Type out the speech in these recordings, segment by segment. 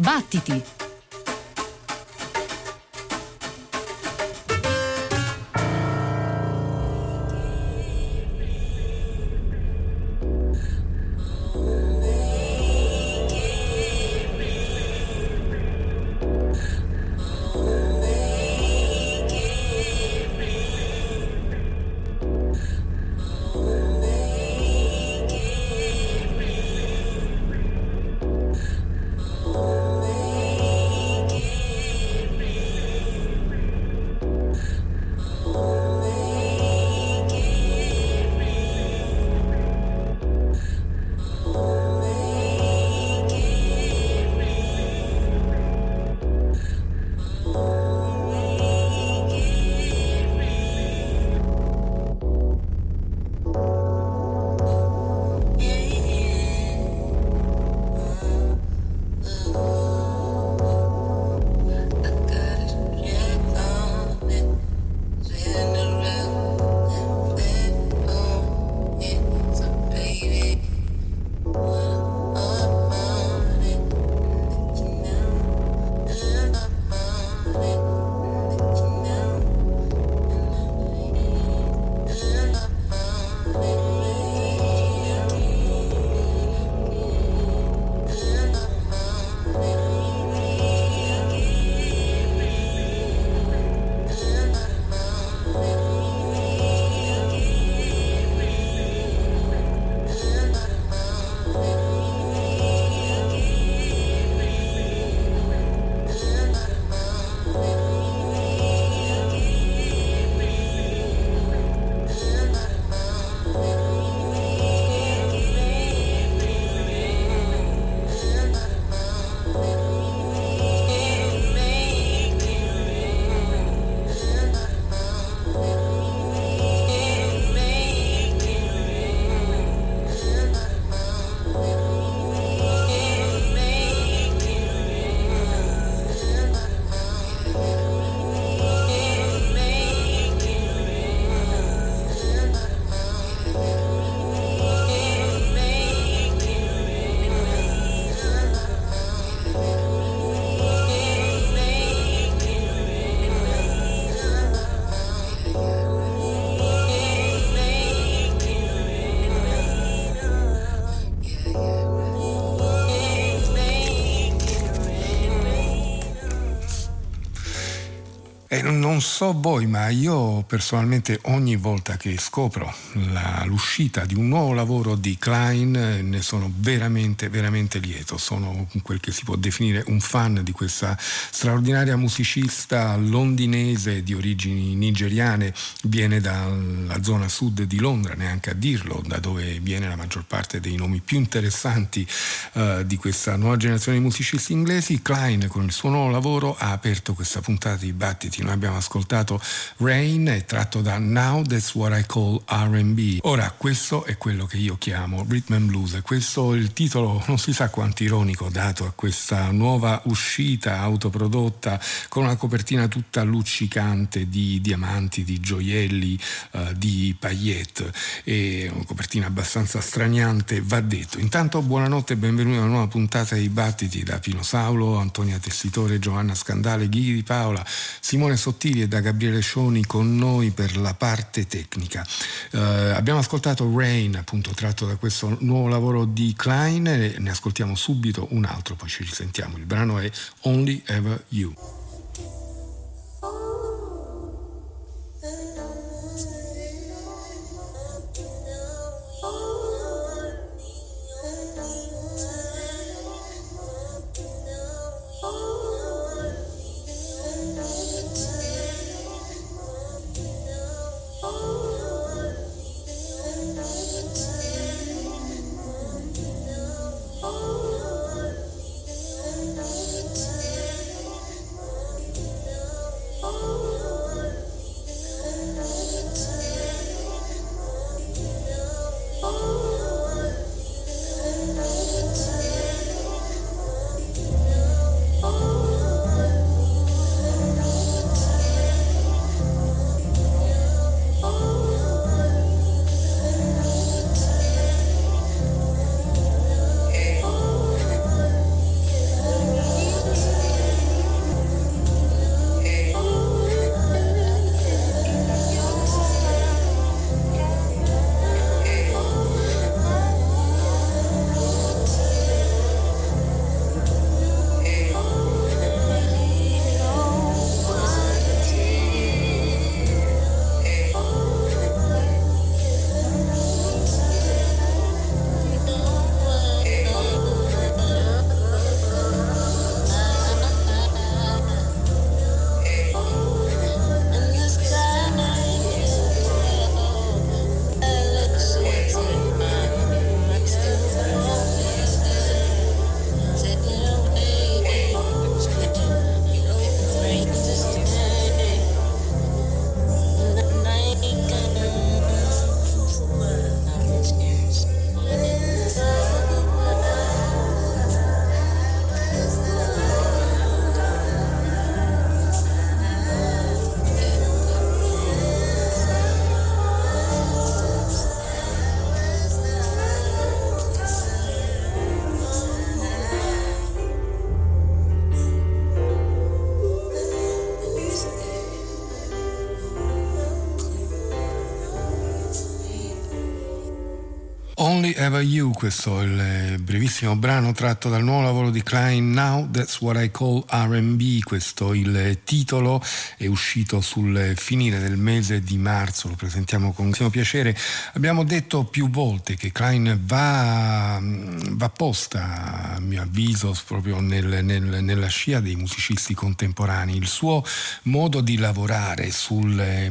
Battiti! Non so voi, ma io personalmente ogni volta che scopro l'uscita di un nuovo lavoro di Klein ne sono veramente, veramente lieto. Sono quel che si può definire un fan di questa straordinaria musicista londinese di origini nigeriane. Viene dalla zona sud di Londra, neanche a dirlo, da dove viene la maggior parte dei nomi più interessanti di questa nuova generazione di musicisti inglesi. Klein con il suo nuovo lavoro ha aperto questa puntata di Battiti. Noi abbiamo ascoltato Rain, è tratto da Now That's What I Call R&B. Ora, questo è quello che io chiamo rhythm and blues, e questo è il titolo non si sa quanto ironico dato a questa nuova uscita autoprodotta con una copertina tutta luccicante di diamanti, di gioielli, di paillette, e una copertina abbastanza straniante, va detto. Intanto buonanotte e benvenuti a una nuova puntata di Battiti da Pino Saulo, Antonia Tessitore, Giovanna Scandale, Ghidi di Paola, Simone Sottili e da Gabriele Scioni con noi per la parte tecnica. Abbiamo ascoltato Rain, appunto tratto da questo nuovo lavoro di Klein, e ne ascoltiamo subito un altro, poi ci risentiamo. Il brano è Only Ever You. Only Ever You, questo è il brevissimo brano tratto dal nuovo lavoro di Klein, Now That's What I Call R&B. Questo il titolo è uscito sul finire del mese di marzo, lo presentiamo con grandissimo piacere. Abbiamo detto più volte che Klein va posta, a mio avviso, proprio nella scia dei musicisti contemporanei. Il suo modo di lavorare sul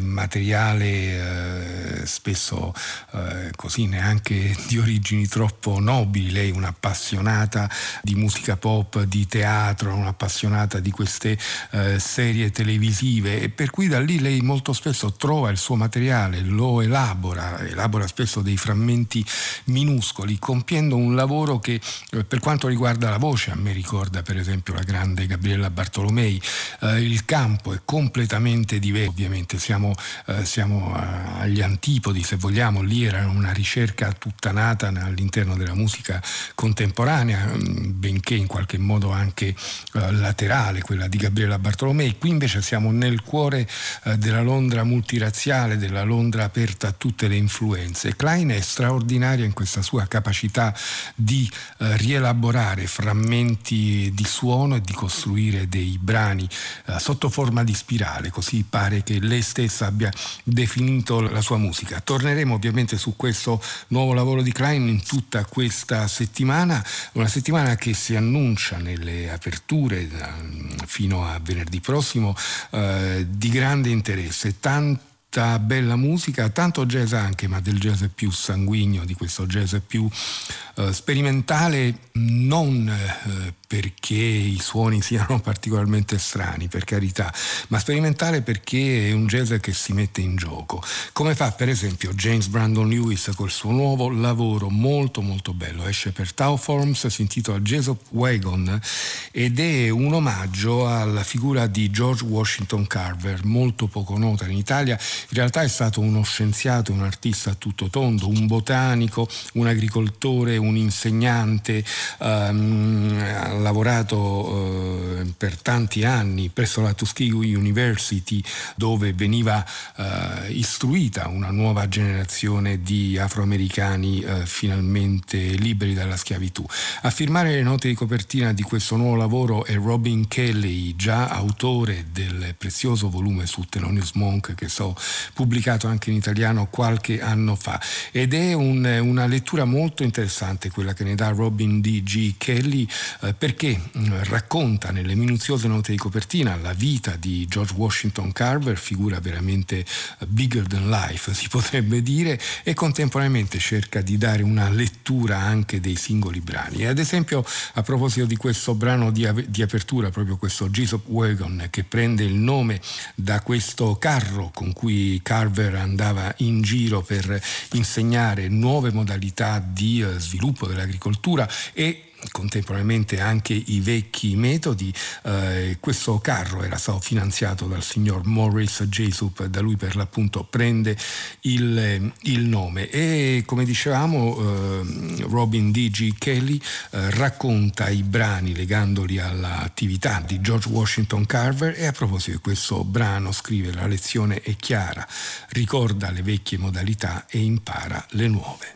materiale spesso così neanche di origini troppo nobili. Lei è un'appassionata di musica pop, di teatro, un'appassionata di queste serie televisive, e per cui da lì lei molto spesso trova il suo materiale, lo elabora spesso dei frammenti minuscoli, compiendo un lavoro che per quanto riguarda la voce a me ricorda per esempio la grande Gabriella Bartolomei. Il campo è completamente diverso, ovviamente siamo agli antipodi, se vogliamo. Lì era una ricerca tutta nata all'interno della musica contemporanea, benché in qualche modo anche laterale, quella di Gabriella Bartolomei. Qui invece siamo nel cuore della Londra multirazziale, della Londra aperta a tutte le influenze. Klein è straordinaria in questa sua capacità di rielaborare frammenti di suono e di costruire dei brani sotto forma di spirale, così pare che lei stessa abbia definito la sua musica. Torneremo ovviamente su questo nuovo lavoro di Klein in tutta questa settimana, una settimana che si annuncia nelle aperture fino a venerdì prossimo di grande interesse. Tanta bella musica, tanto jazz anche, ma del jazz più sanguigno, di questo jazz più sperimentale, non perché i suoni siano particolarmente strani, per carità, ma sperimentale perché è un jazz che si mette in gioco, come fa per esempio James Brandon Lewis col suo nuovo lavoro molto molto bello, esce per Tau Forms, si intitola Jazz of Wagon ed è un omaggio alla figura di George Washington Carver, molto poco nota in Italia. In realtà è stato uno scienziato, un artista a tutto tondo, un botanico, un agricoltore, un insegnante, ha lavorato per tanti anni presso la Tuskegee University, dove veniva istruita una nuova generazione di afroamericani finalmente liberi dalla schiavitù. A firmare le note di copertina di questo nuovo lavoro è Robin Kelley, già autore del prezioso volume su Thelonious Monk che pubblicato anche in italiano qualche anno fa, ed è una lettura molto interessante quella che ne dà Robin D.G. Kelley, perché racconta nelle minuziose note di copertina la vita di George Washington Carver, figura veramente bigger than life si potrebbe dire, e contemporaneamente cerca di dare una lettura anche dei singoli brani. E ad esempio, a proposito di questo brano di apertura, proprio questo Jazz of Wagon, che prende il nome da questo carro con cui Carver andava in giro per insegnare nuove modalità di sviluppo dell'agricoltura e contemporaneamente anche i vecchi metodi. Questo carro era stato finanziato dal signor Morris Jessup, da lui per l'appunto prende il nome, e come dicevamo Robin D.G. Kelley racconta i brani legandoli all'attività di George Washington Carver, e a proposito di questo brano scrive: la lezione è chiara, ricorda le vecchie modalità e impara le nuove.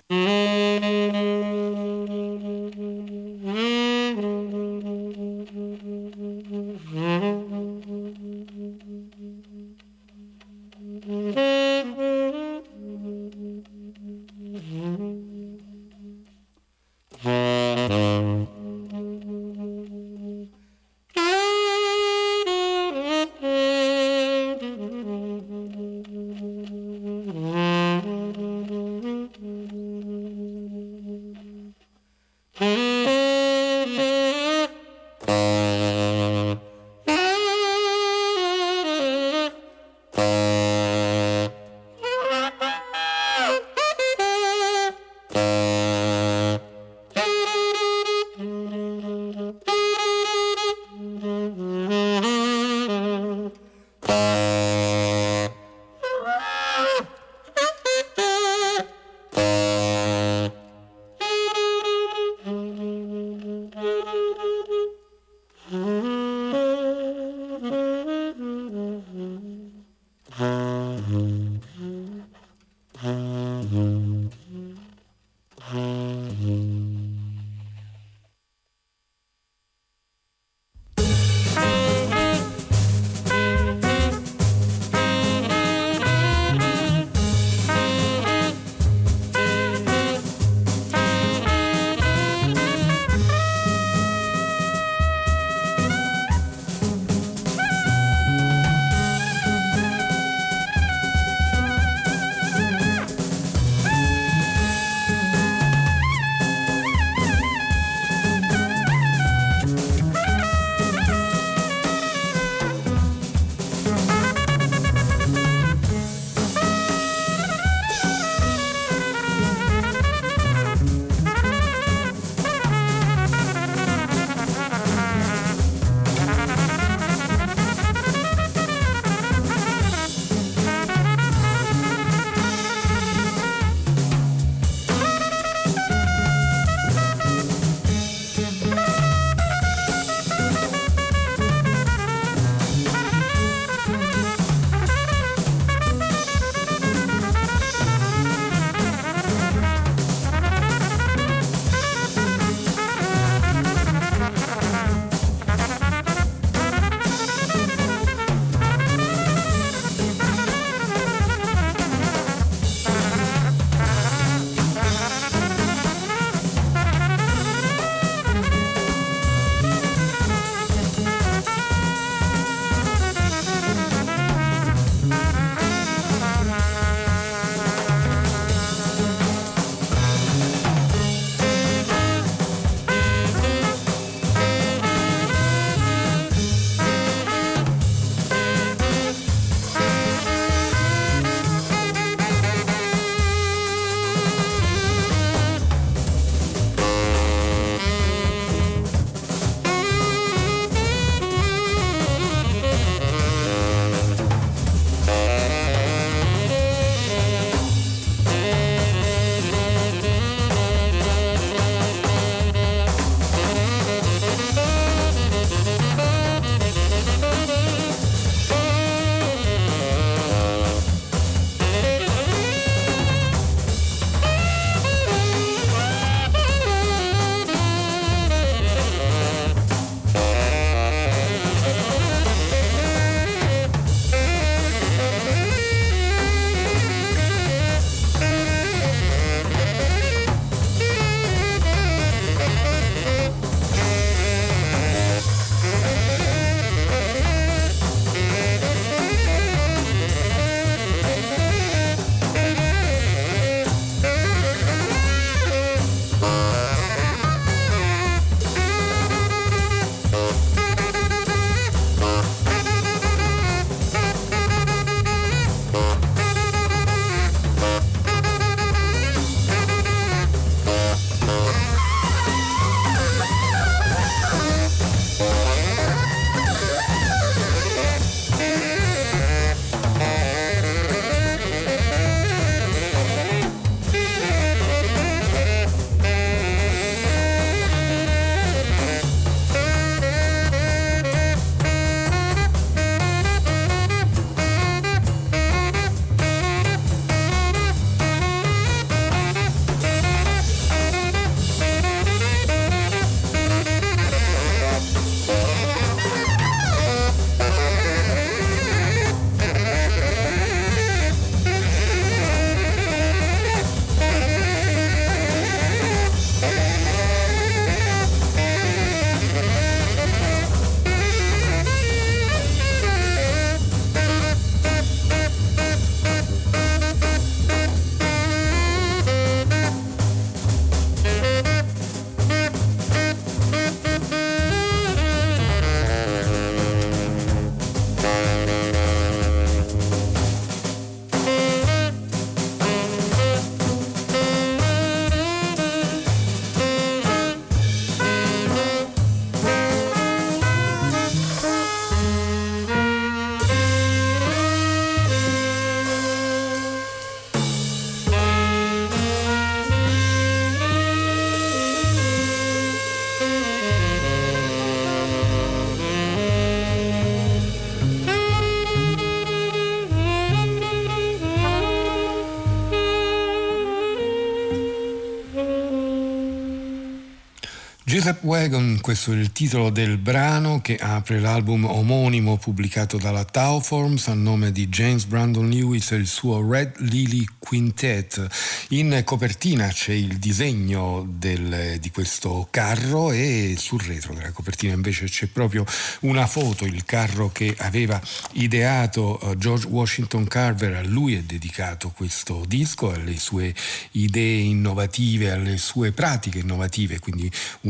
Giuseppe Wagon, questo è il titolo del brano che apre l'album omonimo pubblicato dalla Tauforms a nome di James Brandon Lewis e il suo Red Lily Quintet. In copertina c'è il disegno di questo carro e sul retro della copertina invece c'è proprio una foto, il carro che aveva ideato George Washington Carver. A lui è dedicato questo disco, alle sue idee innovative, alle sue pratiche innovative, quindi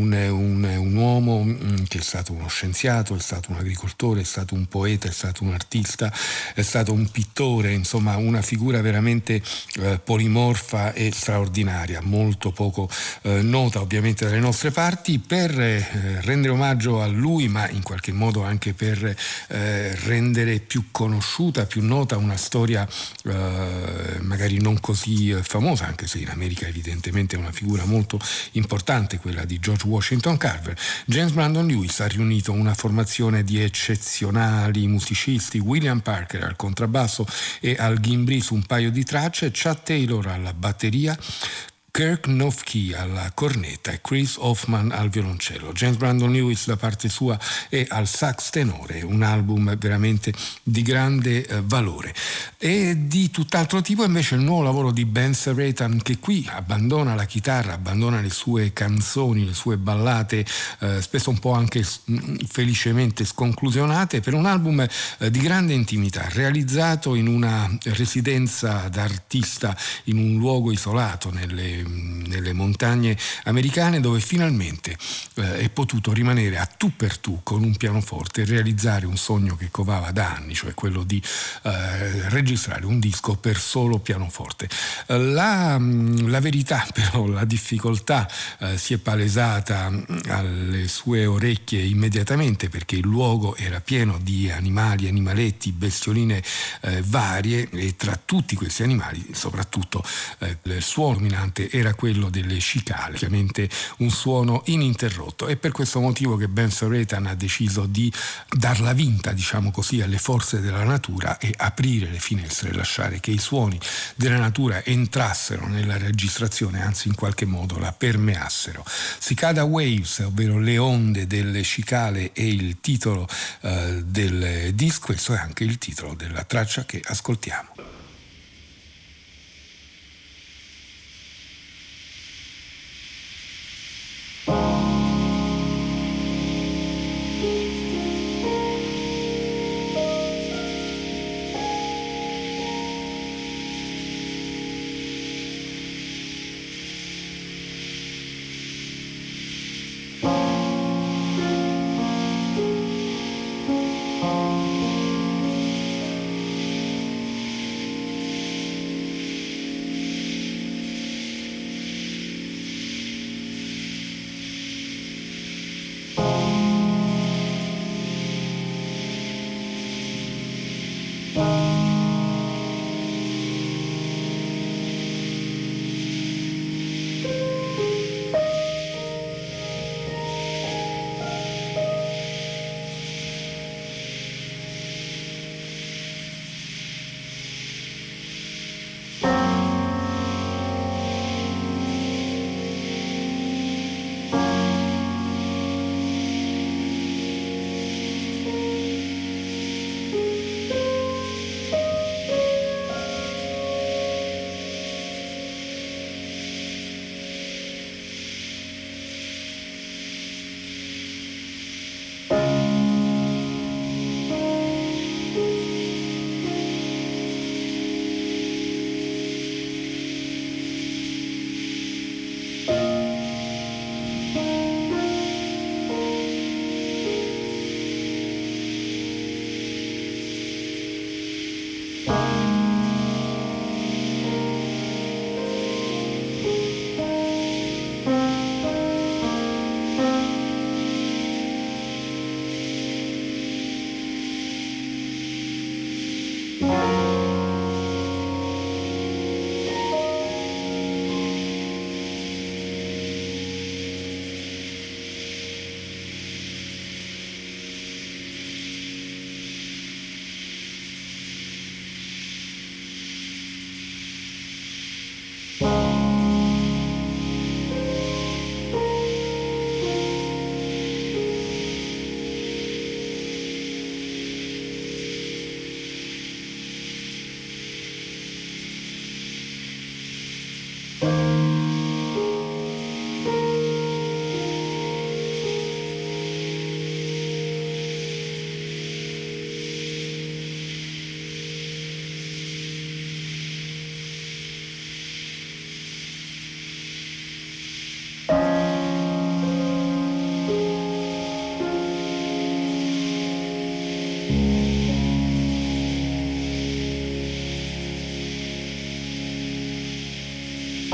un uomo che è stato uno scienziato, è stato un agricoltore, è stato un poeta, è stato un artista, è stato un pittore, insomma una figura veramente polimorfa e straordinaria, molto poco nota ovviamente dalle nostre parti. Per rendere omaggio a lui, ma in qualche modo anche per rendere più conosciuta, più nota una storia magari non così famosa, anche se in America evidentemente è una figura molto importante, quella di George Washington Carver, James Brandon Lewis ha riunito una formazione di eccezionali musicisti: William Parker al contrabbasso e al ghimbri su un paio di tracce, Chad Taylor alla batteria, Kirk Noffke alla cornetta e Chris Hoffman al violoncello. James Brandon Lewis da parte sua è al sax tenore, un album veramente di grande valore. E di tutt'altro tipo invece il nuovo lavoro di Ben Serratan, che qui abbandona la chitarra, abbandona le sue canzoni, le sue ballate, spesso un po' anche felicemente sconclusionate, per un album di grande intimità, realizzato in una residenza d'artista in un luogo isolato nelle montagne americane, dove finalmente è potuto rimanere a tu per tu con un pianoforte e realizzare un sogno che covava da anni, cioè quello di registrare un disco per solo pianoforte. La verità però, la difficoltà si è palesata alle sue orecchie immediatamente, perché il luogo era pieno di animali, animaletti, bestioline varie, e tra tutti questi animali soprattutto il suono dominante era quello delle cicale, ovviamente un suono ininterrotto. È per questo motivo che Ben Serratan ha deciso di darla vinta, diciamo così, alle forze della natura e aprire le finestre e lasciare che i suoni della natura entrassero nella registrazione, anzi in qualche modo la permeassero. Cicada Waves, ovvero le onde delle cicale, è il titolo del disco, questo è anche il titolo della traccia che ascoltiamo.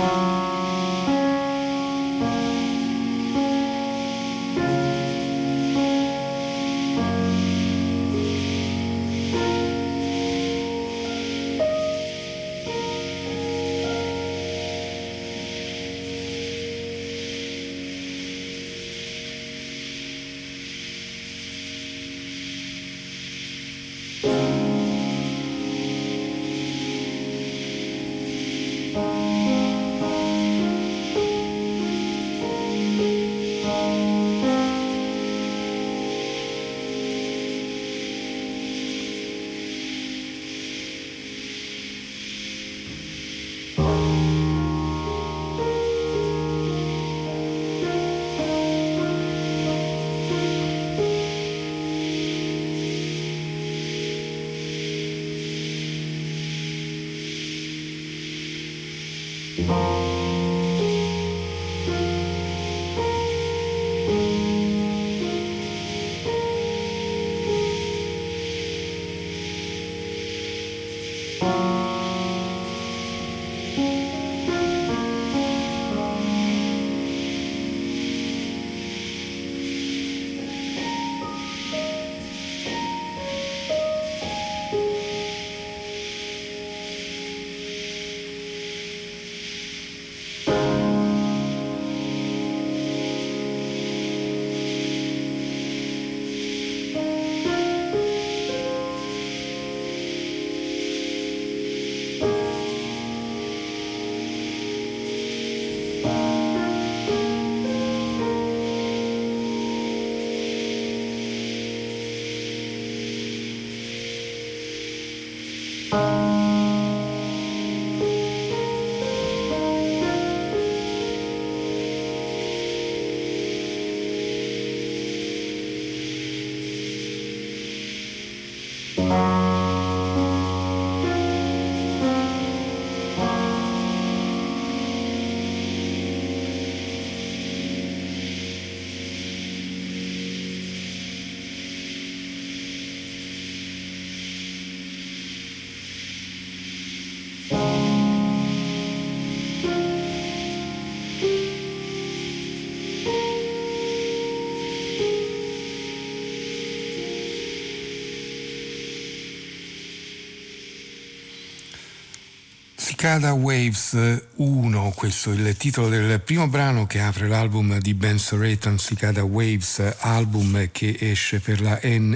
Cicada Waves 1, questo è il titolo del primo brano che apre l'album di Ben Seratan, Cicada Waves, album che esce per la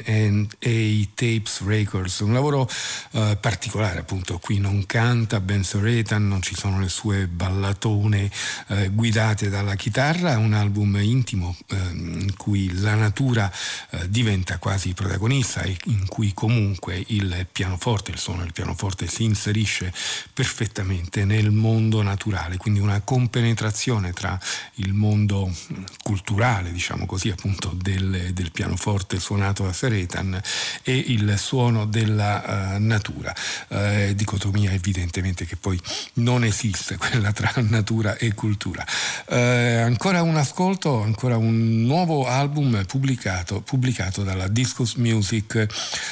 NNA Tapes Records, un lavoro particolare, appunto. Qui non canta Ben Seratan, non ci sono le sue ballatone guidate dalla chitarra, è un album intimo in cui la natura diventa quasi protagonista e in cui comunque il pianoforte, il suono del pianoforte si inserisce perfettamente nel mondo naturale, quindi una compenetrazione tra il mondo culturale, diciamo così, appunto del pianoforte suonato da Seratan e il suono della natura, dicotomia evidentemente che poi non esiste, quella tra natura e cultura. Ancora un ascolto, ancora un nuovo album pubblicato dalla Discus Music.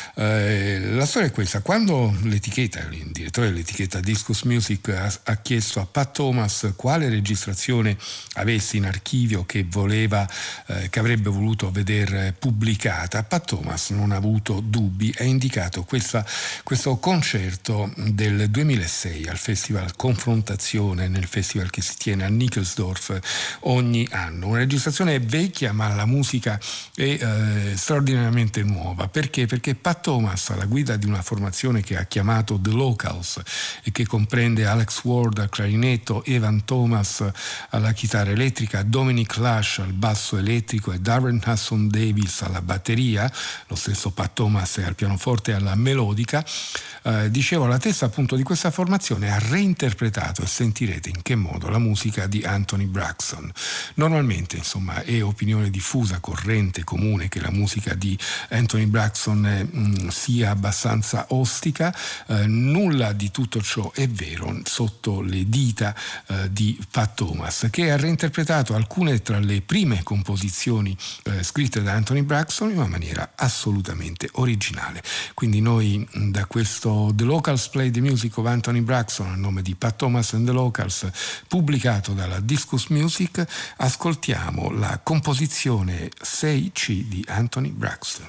La storia è questa: quando l'etichetta, il direttore dell'etichetta Discus Music ha chiesto a Pat Thomas quale registrazione avesse in archivio che avrebbe voluto vedere pubblicata, Pat Thomas non ha avuto dubbi, ha indicato questo concerto del 2006 al Festival Confrontazione, nel festival che si tiene a Nickelsdorf ogni anno. Una registrazione vecchia, ma la musica è straordinariamente nuova. Perché? Perché Pat Thomas, alla guida di una formazione che ha chiamato The Locals e che comprende Alex Ward al clarinetto, Evan Thomas alla chitarra elettrica, Dominic Lush al basso elettrico e Darren Hudson Davis alla batteria, lo stesso Pat Thomas è al pianoforte e alla melodica. Dicevo, la testa appunto di questa formazione ha reinterpretato, e sentirete in che modo, la musica di Anthony Braxton. Normalmente, insomma, è opinione diffusa, corrente, comune, che la musica di Anthony Braxton sia abbastanza ostica. Nulla di tutto ciò è vero. davvero sotto le dita di Pat Thomas, che ha reinterpretato alcune tra le prime composizioni scritte da Anthony Braxton in una maniera assolutamente originale. Quindi noi da questo The Locals Play the Music of Anthony Braxton, a nome di Pat Thomas and the Locals, pubblicato dalla Discus Music, ascoltiamo la composizione 6C di Anthony Braxton.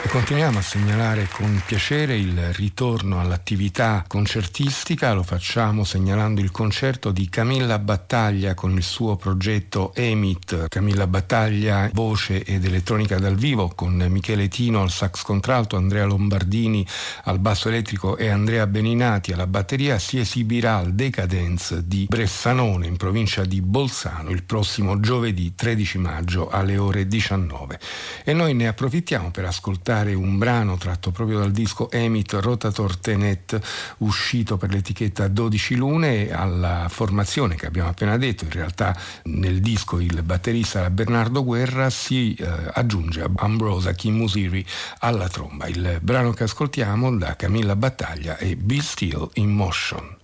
Continuiamo a segnalare con piacere il ritorno all'attività concertistica, lo facciamo segnalando il concerto di Camilla Battaglia con il suo progetto EMIT. Camilla Battaglia, voce ed elettronica dal vivo, con Michele Tino al sax contralto, Andrea Lombardini al basso elettrico e Andrea Beninati alla batteria, si esibirà al Decadence di Bressanone in provincia di Bolzano il prossimo giovedì 13 maggio alle ore 19. E noi ne approfittiamo per ascoltare un brano tratto proprio dal disco Emit Rotator Tenet, uscito per l'etichetta 12 Lune. Alla formazione che abbiamo appena detto, in realtà nel disco il batterista era Bernardo Guerra, si aggiunge Ambrosa Kimusiri alla tromba. Il brano che ascoltiamo da Camilla Battaglia è Be Still in Motion.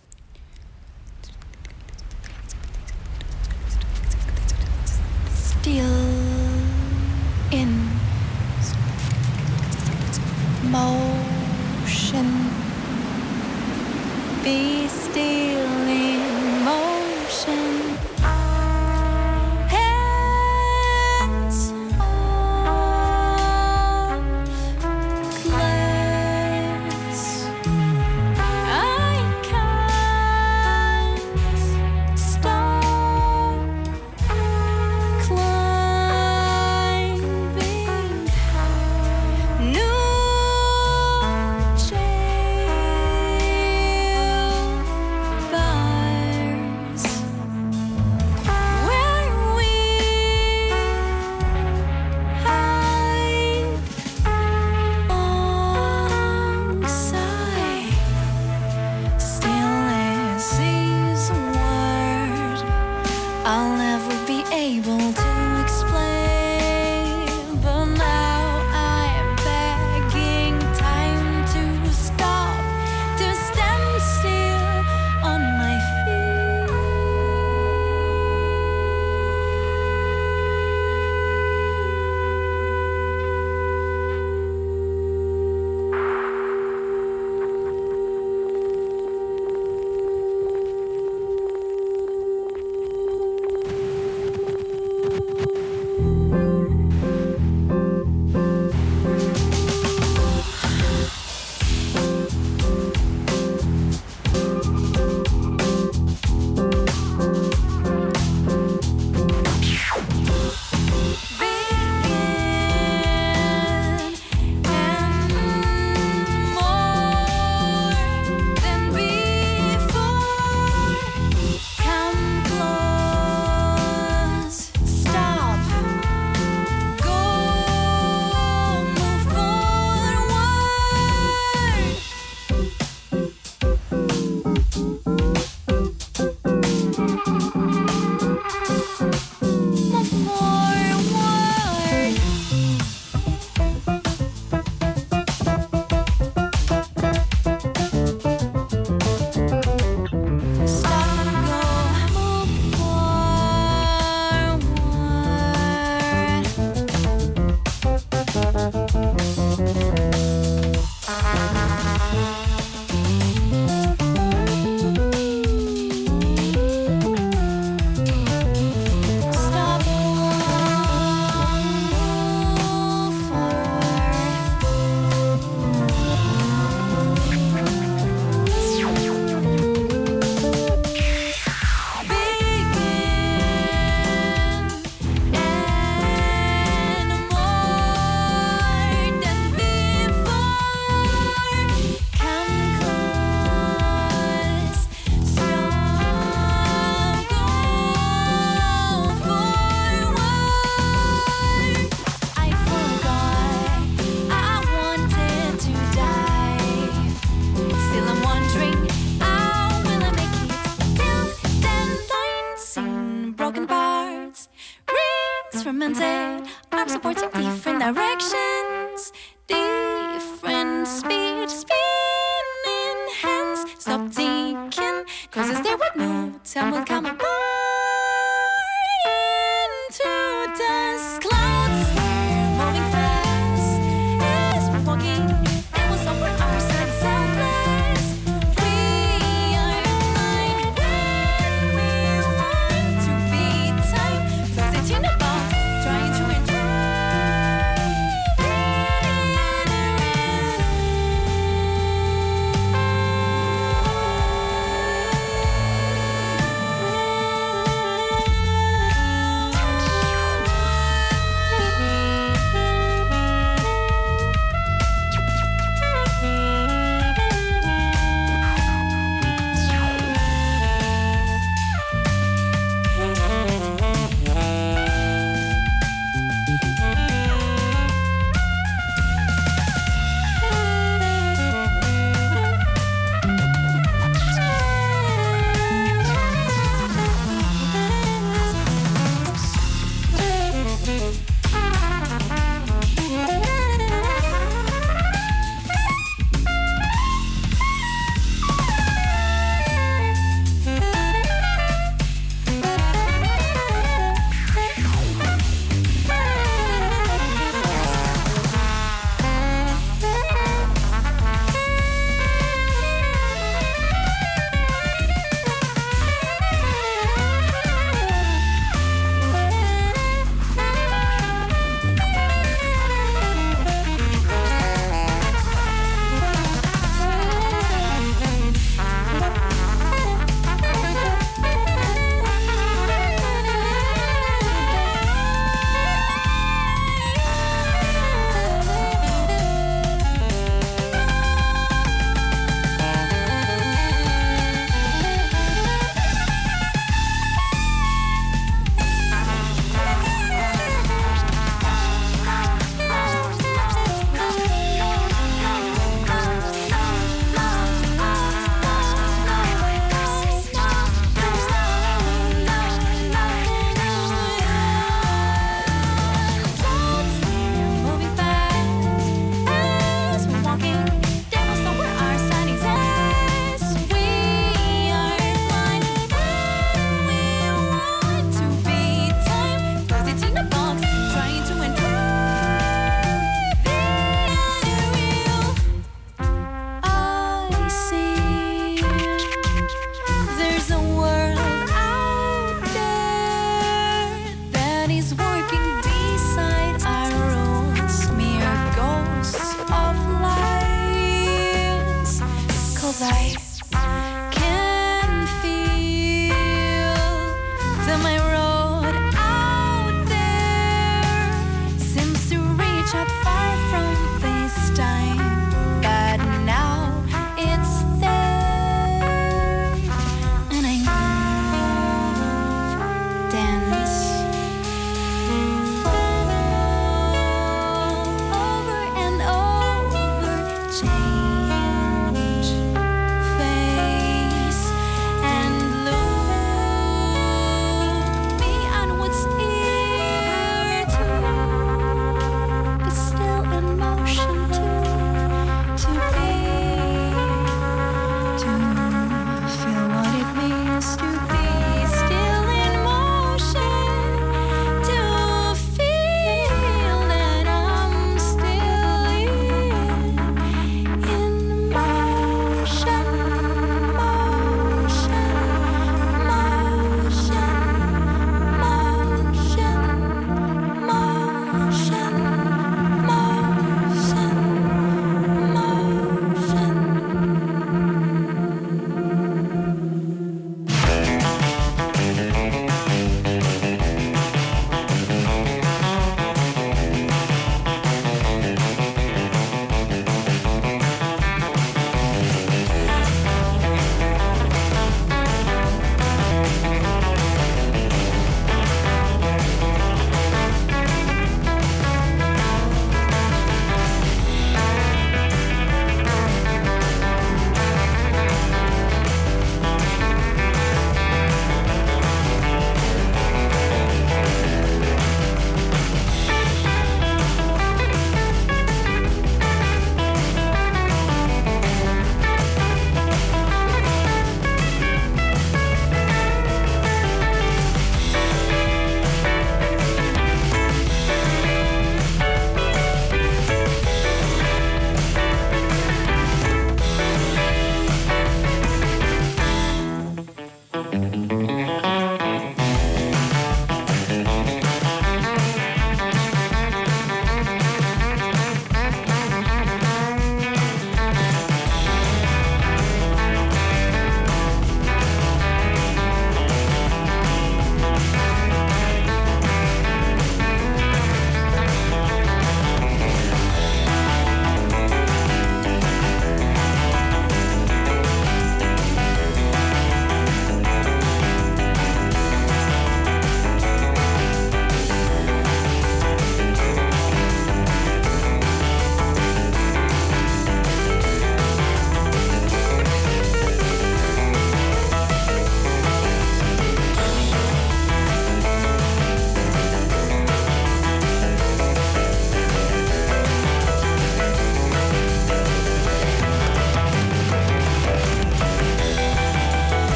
Still in motion, be still in motion, hands off glass. I can't stop climbing. New jail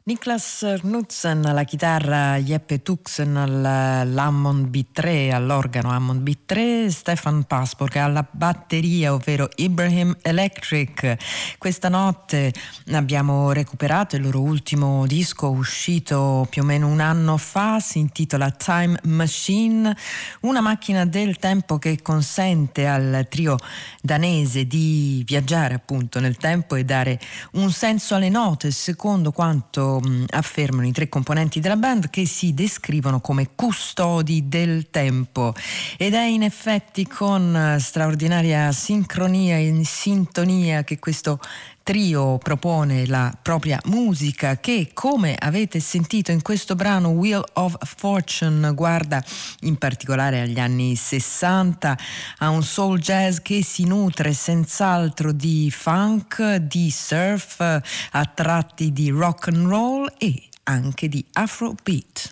Niklas Knudsen alla chitarra, Jeppe Tuxen all'Hammond B3, all'organo Hammond B3, Stefan Pasborg alla batteria, ovvero Ibrahim Electric. Questa notte abbiamo recuperato il loro ultimo disco uscito più o meno un anno fa, si intitola Time Machine, una macchina del tempo che consente al trio danese di viaggiare appunto nel tempo e dare un senso alle note, secondo quanto affermano i tre componenti della band, che si descrivono come custodi del tempo. Ed è in effetti con straordinaria sincronia e sintonia che questo trio propone la propria musica, che, come avete sentito in questo brano Wheel of Fortune, guarda in particolare agli anni 60, a un soul jazz che si nutre senz'altro di funk, di surf, a tratti di rock and roll e anche di afrobeat.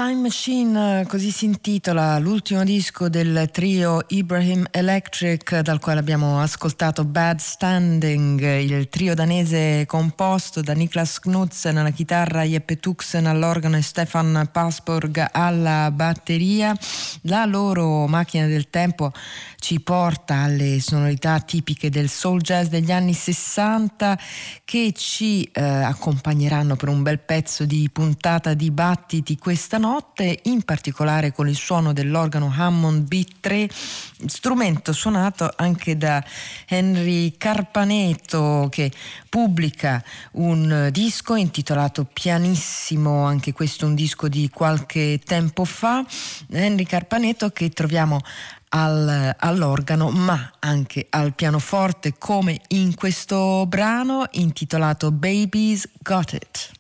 Time Machine, così si intitola l'ultimo disco del trio Ibrahim Electric, dal quale abbiamo ascoltato Bad Standing, il trio danese composto da Niklas Knudsen alla chitarra, Jeppe Tuxen all'organo e Stefan Pasborg alla batteria. La loro macchina del tempo ci porta alle sonorità tipiche del soul jazz degli anni 60 che ci accompagneranno per un bel pezzo di puntata di battiti questa notte, in particolare con il suono dell'organo Hammond B3, strumento suonato anche da Henry Carpaneto, che pubblica un disco intitolato Pianissimo, anche questo un disco di qualche tempo fa. Henry Carpaneto che troviamo all'organo ma anche al pianoforte, come in questo brano intitolato Baby's Got It.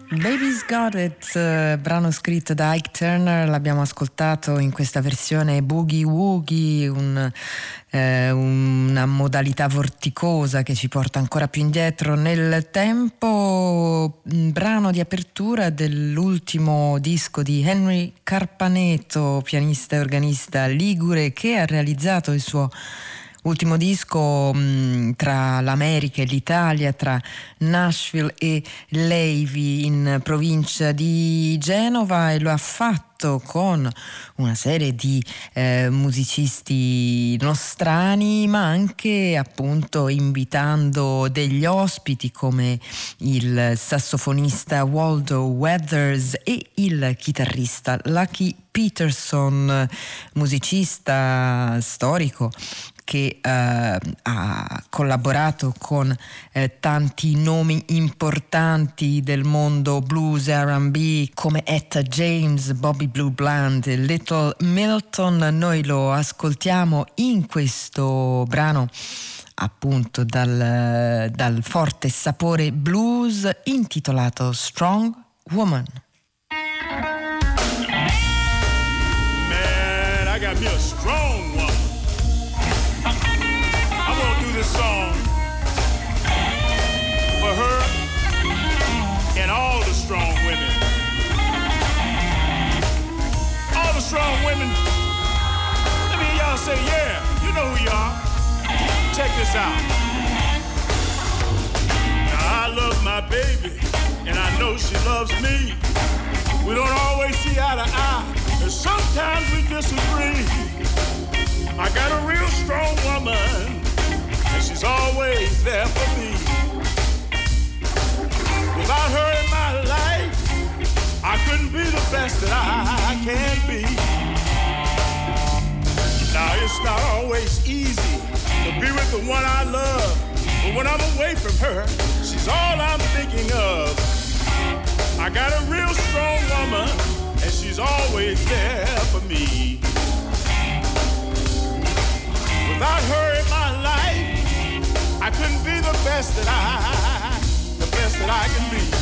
Baby's Got It, brano scritto da Ike Turner, l'abbiamo ascoltato in questa versione boogie woogie, una modalità vorticosa che ci porta ancora più indietro nel tempo, brano di apertura dell'ultimo disco di Henry Carpaneto, pianista e organista ligure, che ha realizzato il suo ultimo disco tra l'America e l'Italia, tra Nashville e Levi in provincia di Genova, e lo ha fatto con una serie di musicisti nostrani, ma anche appunto invitando degli ospiti come il sassofonista Waldo Weathers e il chitarrista Lucky Peterson, musicista storico che ha collaborato con tanti nomi importanti del mondo blues e R&B come Etta James, Bobby Blue Bland, Little Milton. Noi lo ascoltiamo in questo brano appunto dal forte sapore blues intitolato Strong Woman. Man, I got me a strong woman. This song for her and all the strong women. All the strong women. Let me hear y'all say, yeah, you know who you are. Check this out. Now, I love my baby, and I know she loves me. We don't always see eye to eye, and sometimes we disagree. I got a real strong woman, and she's always there for me. Without her in my life, I couldn't be the best that I can be. Now it's not always easy to be with the one I love, but when I'm away from her, she's all I'm thinking of. I got a real strong woman, and she's always there for me. Without her in my life, I couldn't be the best that I can be.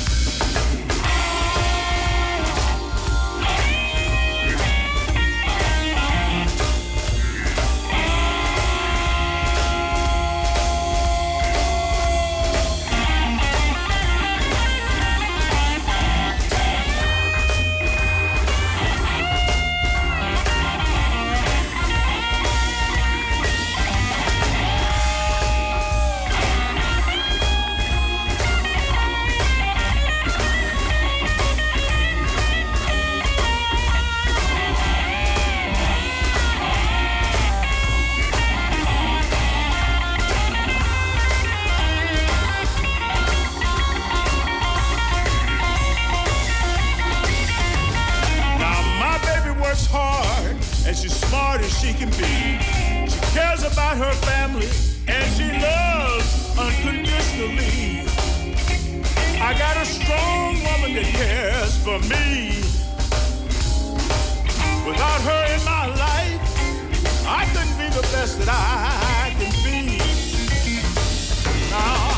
She can be. She cares about her family and she loves unconditionally. I got a strong woman that cares for me. Without her in my life, I couldn't be the best that I can be. Now,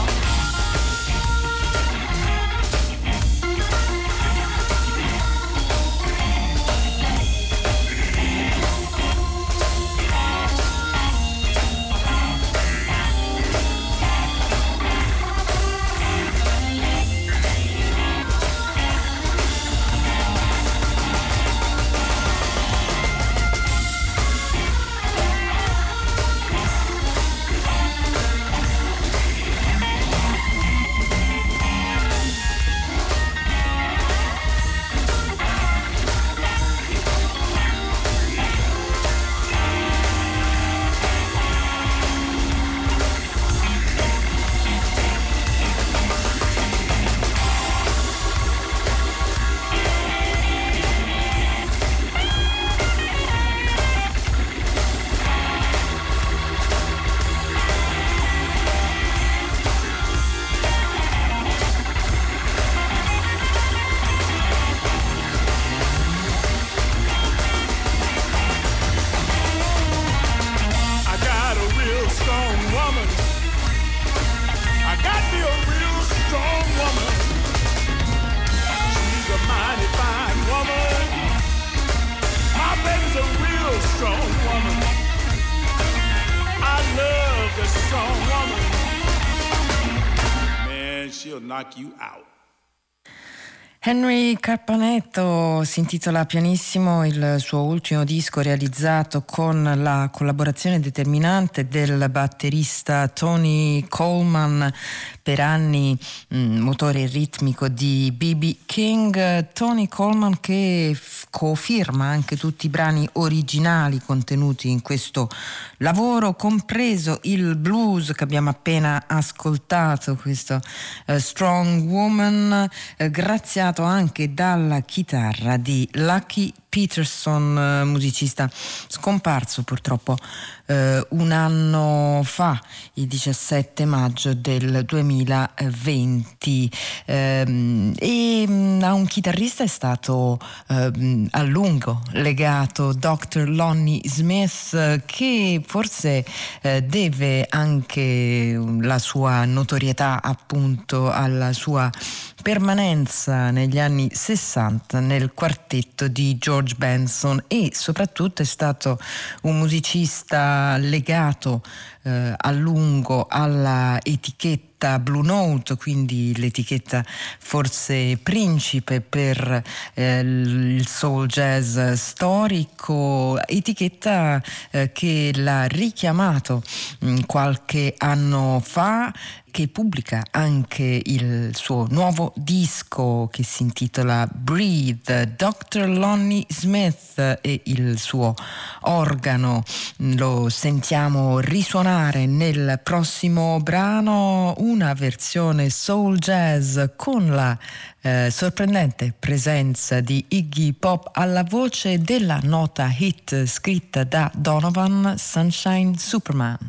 strong woman, man, she'll knock you out. Henry Carpanetto si intitola Pianissimo, il suo ultimo disco realizzato con la collaborazione determinante del batterista Tony Coleman, per anni motore ritmico di B.B. King. Tony Coleman che cofirma anche tutti i brani originali contenuti in questo lavoro, compreso il blues che abbiamo appena ascoltato, questo Strong Woman, graziato anche dalla chitarra di Lucky Peterson, musicista scomparso purtroppo un anno fa, il 17 maggio del 2020. E a un chitarrista è stato a lungo legato Dr. Lonnie Smith, che forse deve anche la sua notorietà appunto alla sua permanenza negli anni 60 nel quartetto di George Benson, e soprattutto è stato un musicista legato a lungo alla etichetta Blue Note, quindi l'etichetta forse principe per il soul jazz storico, etichetta che l'ha richiamato qualche anno fa, che pubblica anche il suo nuovo disco che si intitola Breathe. Dr. Lonnie Smith e il suo organo lo sentiamo risuonare nel prossimo brano, una versione soul jazz con la sorprendente presenza di Iggy Pop alla voce della nota hit scritta da Donovan, Sunshine Superman.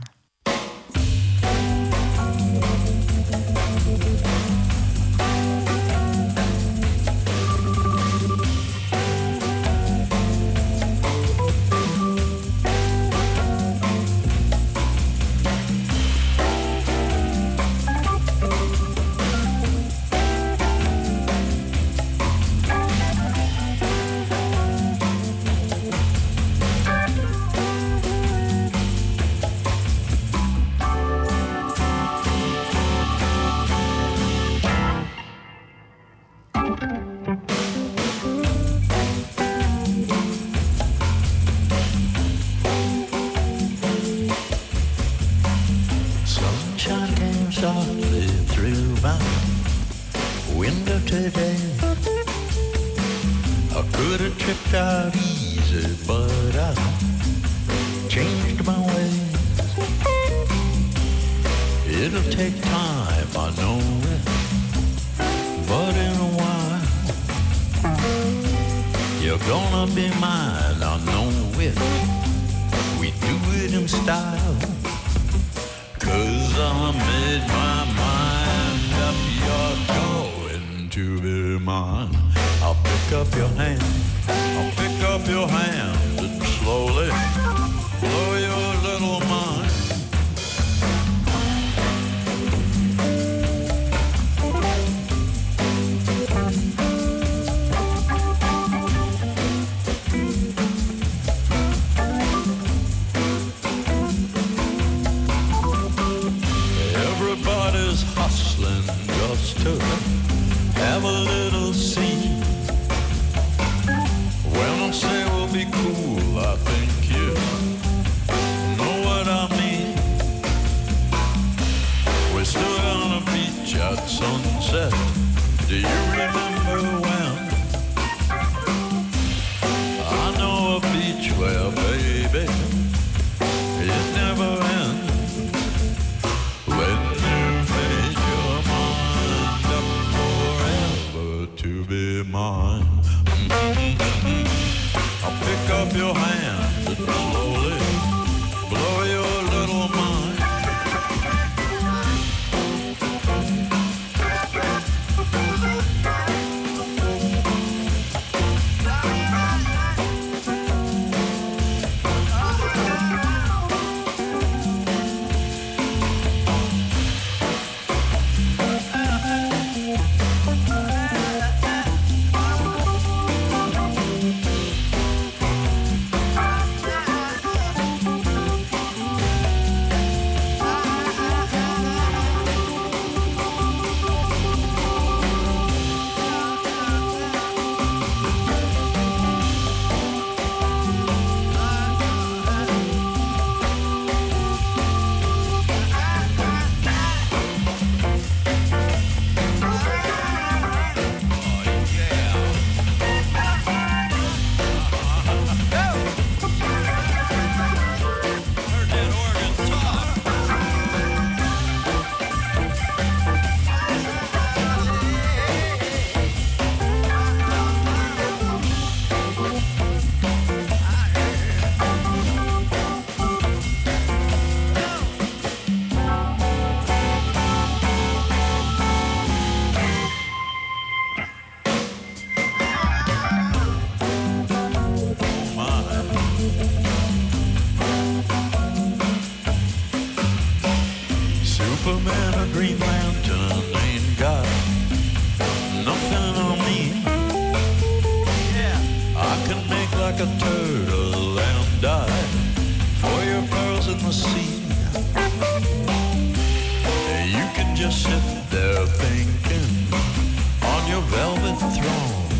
there thinking on your velvet throne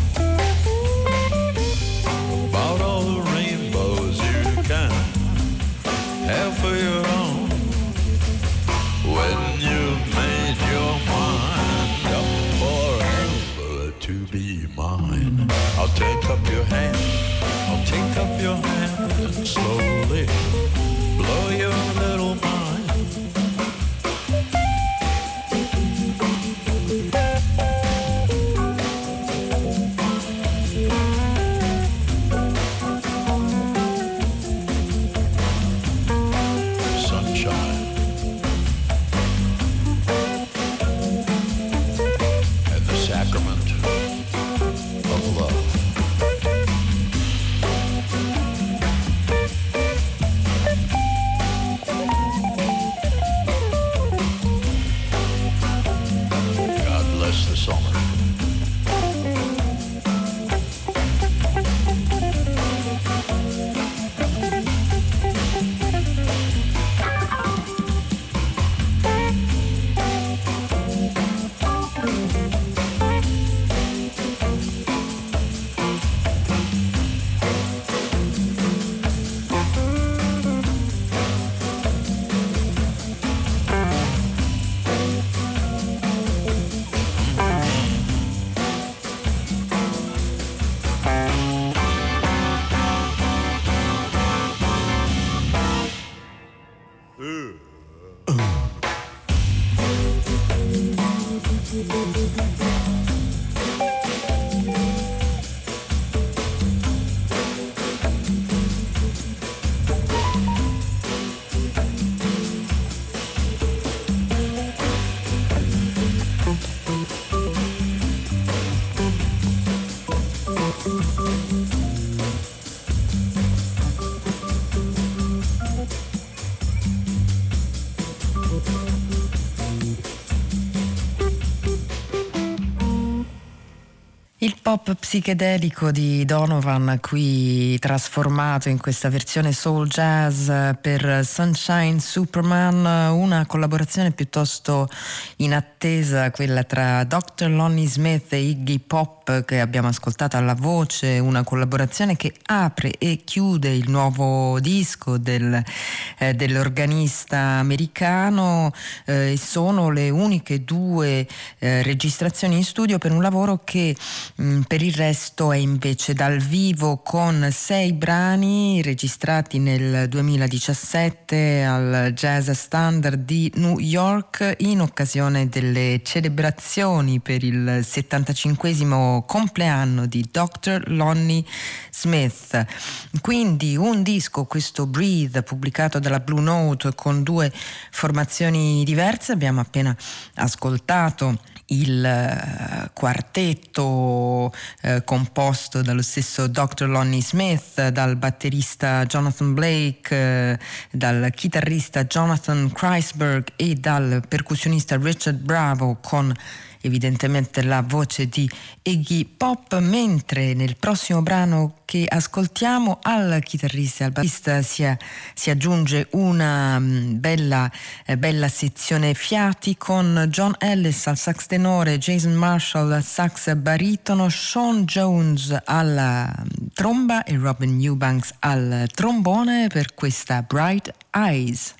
about all the rainbows you can have for your own. When you've made your mind up forever to be mine, I'll take up your hand, I'll take up your hand and slowly blow your little mind. Il pop psichedelico di Donovan, qui trasformato in questa versione soul jazz per Sunshine Superman, una collaborazione piuttosto inattesa, quella tra Dr. Lonnie Smith e Iggy Pop, che abbiamo ascoltato alla voce, una collaborazione che apre e chiude il nuovo disco dell'organista americano. Sono le uniche due registrazioni in studio per un lavoro che per il resto è invece dal vivo, con 6 brani registrati nel 2017 al Jazz Standard di New York in occasione delle celebrazioni per il 75esimo compleanno di Dr. Lonnie Smith. Quindi un disco, questo Breathe, pubblicato dalla Blue Note, con 2 formazioni diverse. Abbiamo appena ascoltato il quartetto composto dallo stesso Dr. Lonnie Smith, dal batterista Jonathan Blake, dal chitarrista Jonathan Kreisberg e dal percussionista Richard Bravo, con evidentemente la voce di Iggy Pop, mentre nel prossimo brano che ascoltiamo al chitarrista e al bassista si aggiunge una bella sezione fiati, con John Ellis al sax tenore, Jason Marshall al sax baritono, Sean Jones alla tromba e Robin Eubanks al trombone per questa Bright Eyes.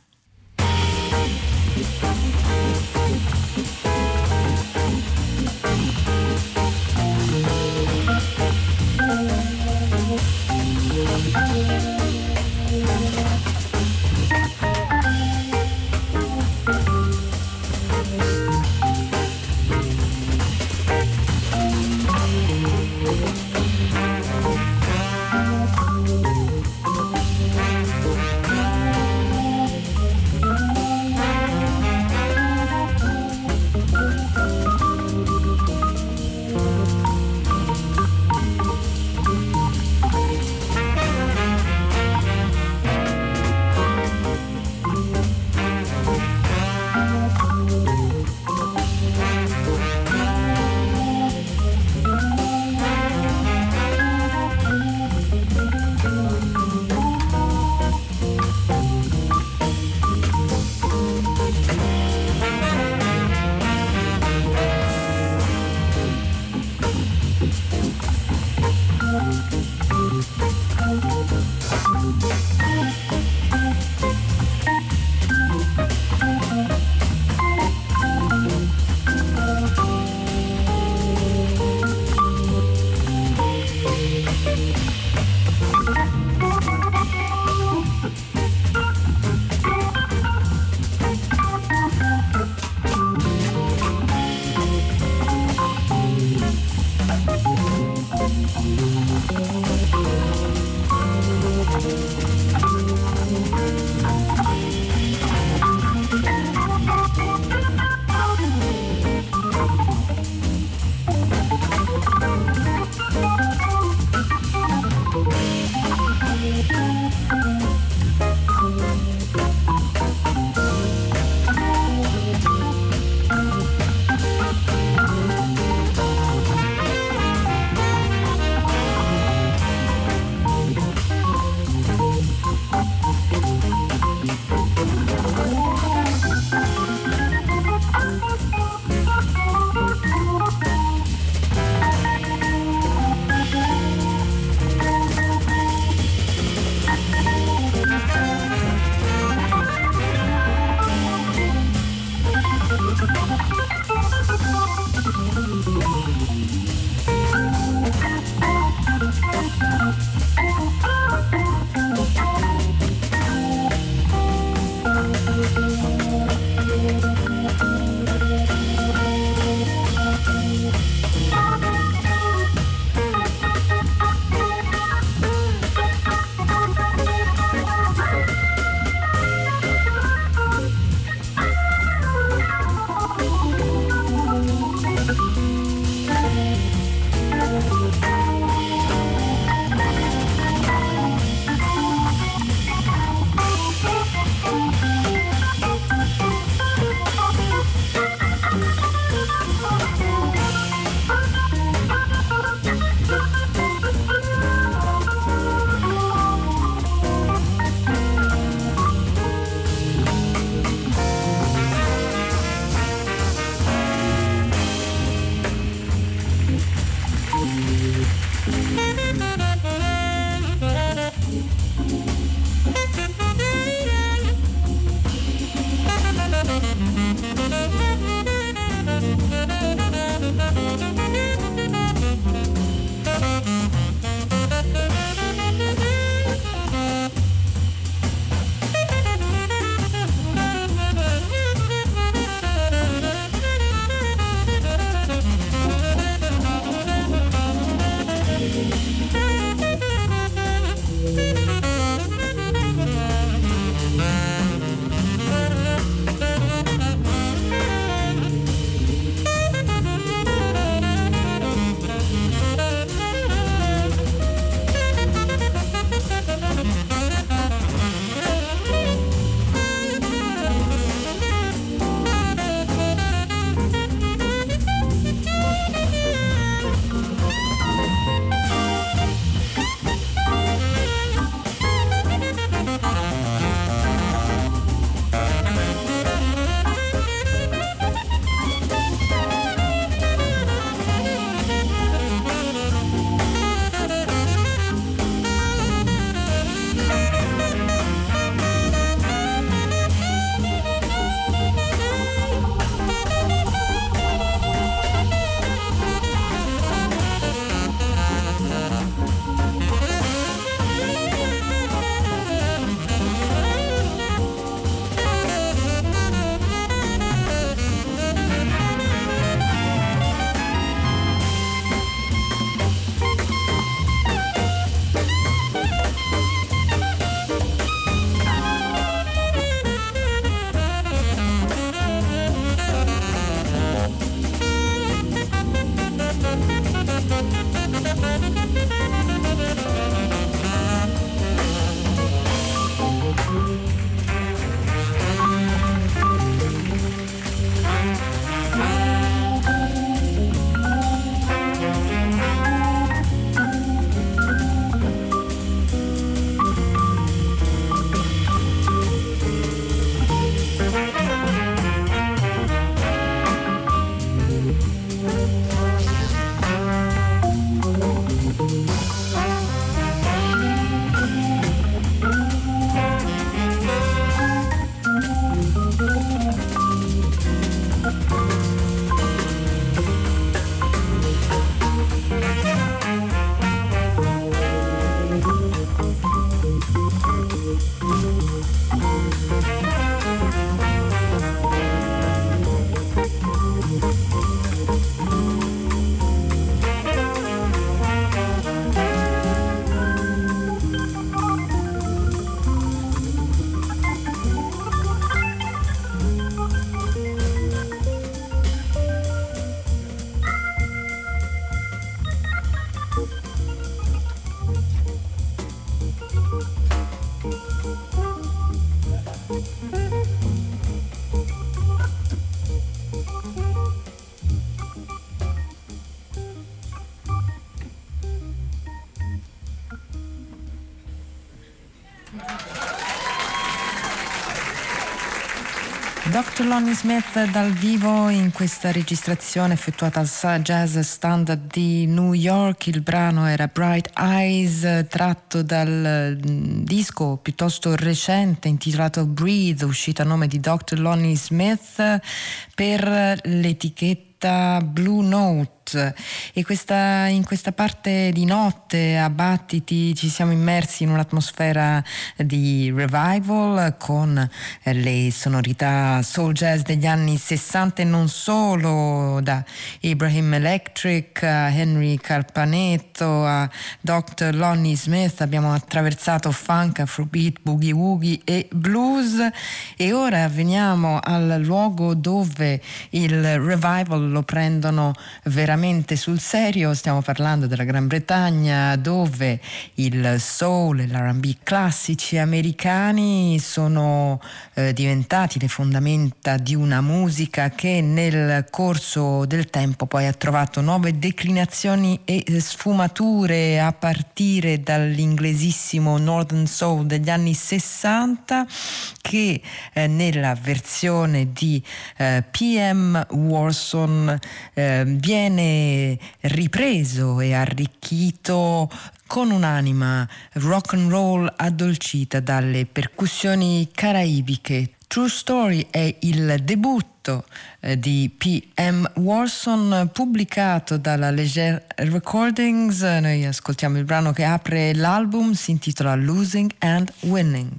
Dr. Lonnie Smith dal vivo in questa registrazione effettuata al Jazz Standard di New York. Il brano era Bright Eyes, tratto dal disco piuttosto recente intitolato Breathe, uscito a nome di Dr. Lonnie Smith per l'etichetta Blue Note. E in questa parte di notte a Battiti ci siamo immersi in un'atmosfera di revival con le sonorità soul jazz degli anni 60 e non solo, da Ibrahim Electric a Henry Carpanetto a Dr. Lonnie Smith. Abbiamo attraversato funk, afrobeat, boogie woogie e blues, e ora veniamo al luogo dove il revival lo prendono veramente sul serio. Stiamo parlando della Gran Bretagna, dove il soul e l'R&B classici americani sono diventati le fondamenta di una musica che nel corso del tempo poi ha trovato nuove declinazioni e sfumature, a partire dall'inglesissimo Northern Soul degli anni 60, che nella versione di P.M. Warson viene ripreso e arricchito con un'anima rock and roll addolcita dalle percussioni caraibiche. True Story è il debutto di P.M. Warson, pubblicato dalla Leger Recordings. Noi ascoltiamo il brano che apre l'album, si intitola Losing and Winning.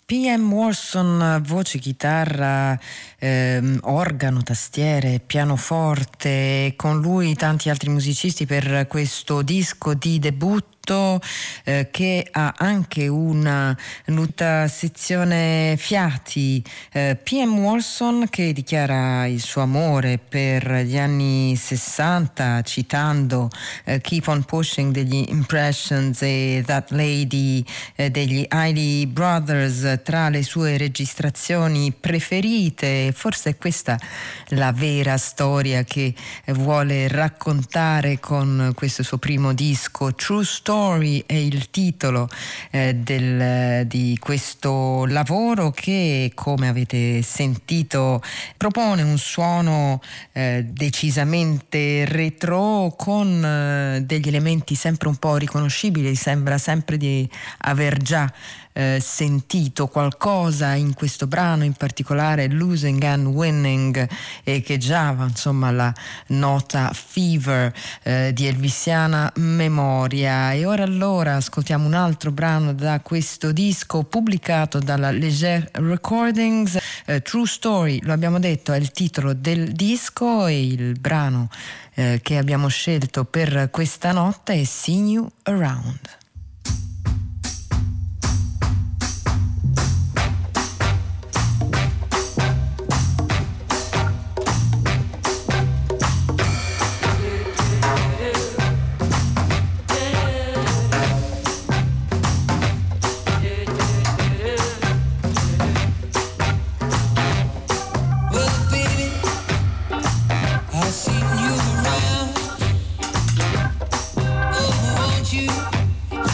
P.M. Warson, voce, chitarra, organo, tastiere, pianoforte, con lui tanti altri musicisti per questo disco di debutto che ha anche una sezione fiati. P.M. Warson, che dichiara il suo amore per gli anni 60 citando Keep on Pushing degli Impressions e That Lady degli Isley Brothers tra le sue registrazioni preferite. Forse è questa la vera storia che vuole raccontare con questo suo primo disco. True Story è il titolo di questo lavoro che, come avete sentito, propone un suono decisamente retro con degli elementi sempre un po' riconoscibili. Sembra sempre di aver già sentito qualcosa in questo brano, in particolare Losing and Winning, e che già insomma la nota fever di elvisiana memoria. E ora allora ascoltiamo un altro brano da questo disco pubblicato dalla Leger Recordings. True Story, lo abbiamo detto, è il titolo del disco, e il brano che abbiamo scelto per questa notte è See You Around. You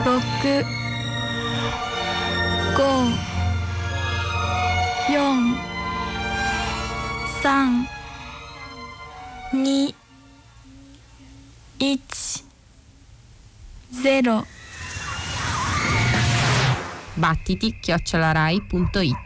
6 5 4 3 2 1 0 battiti@rai.it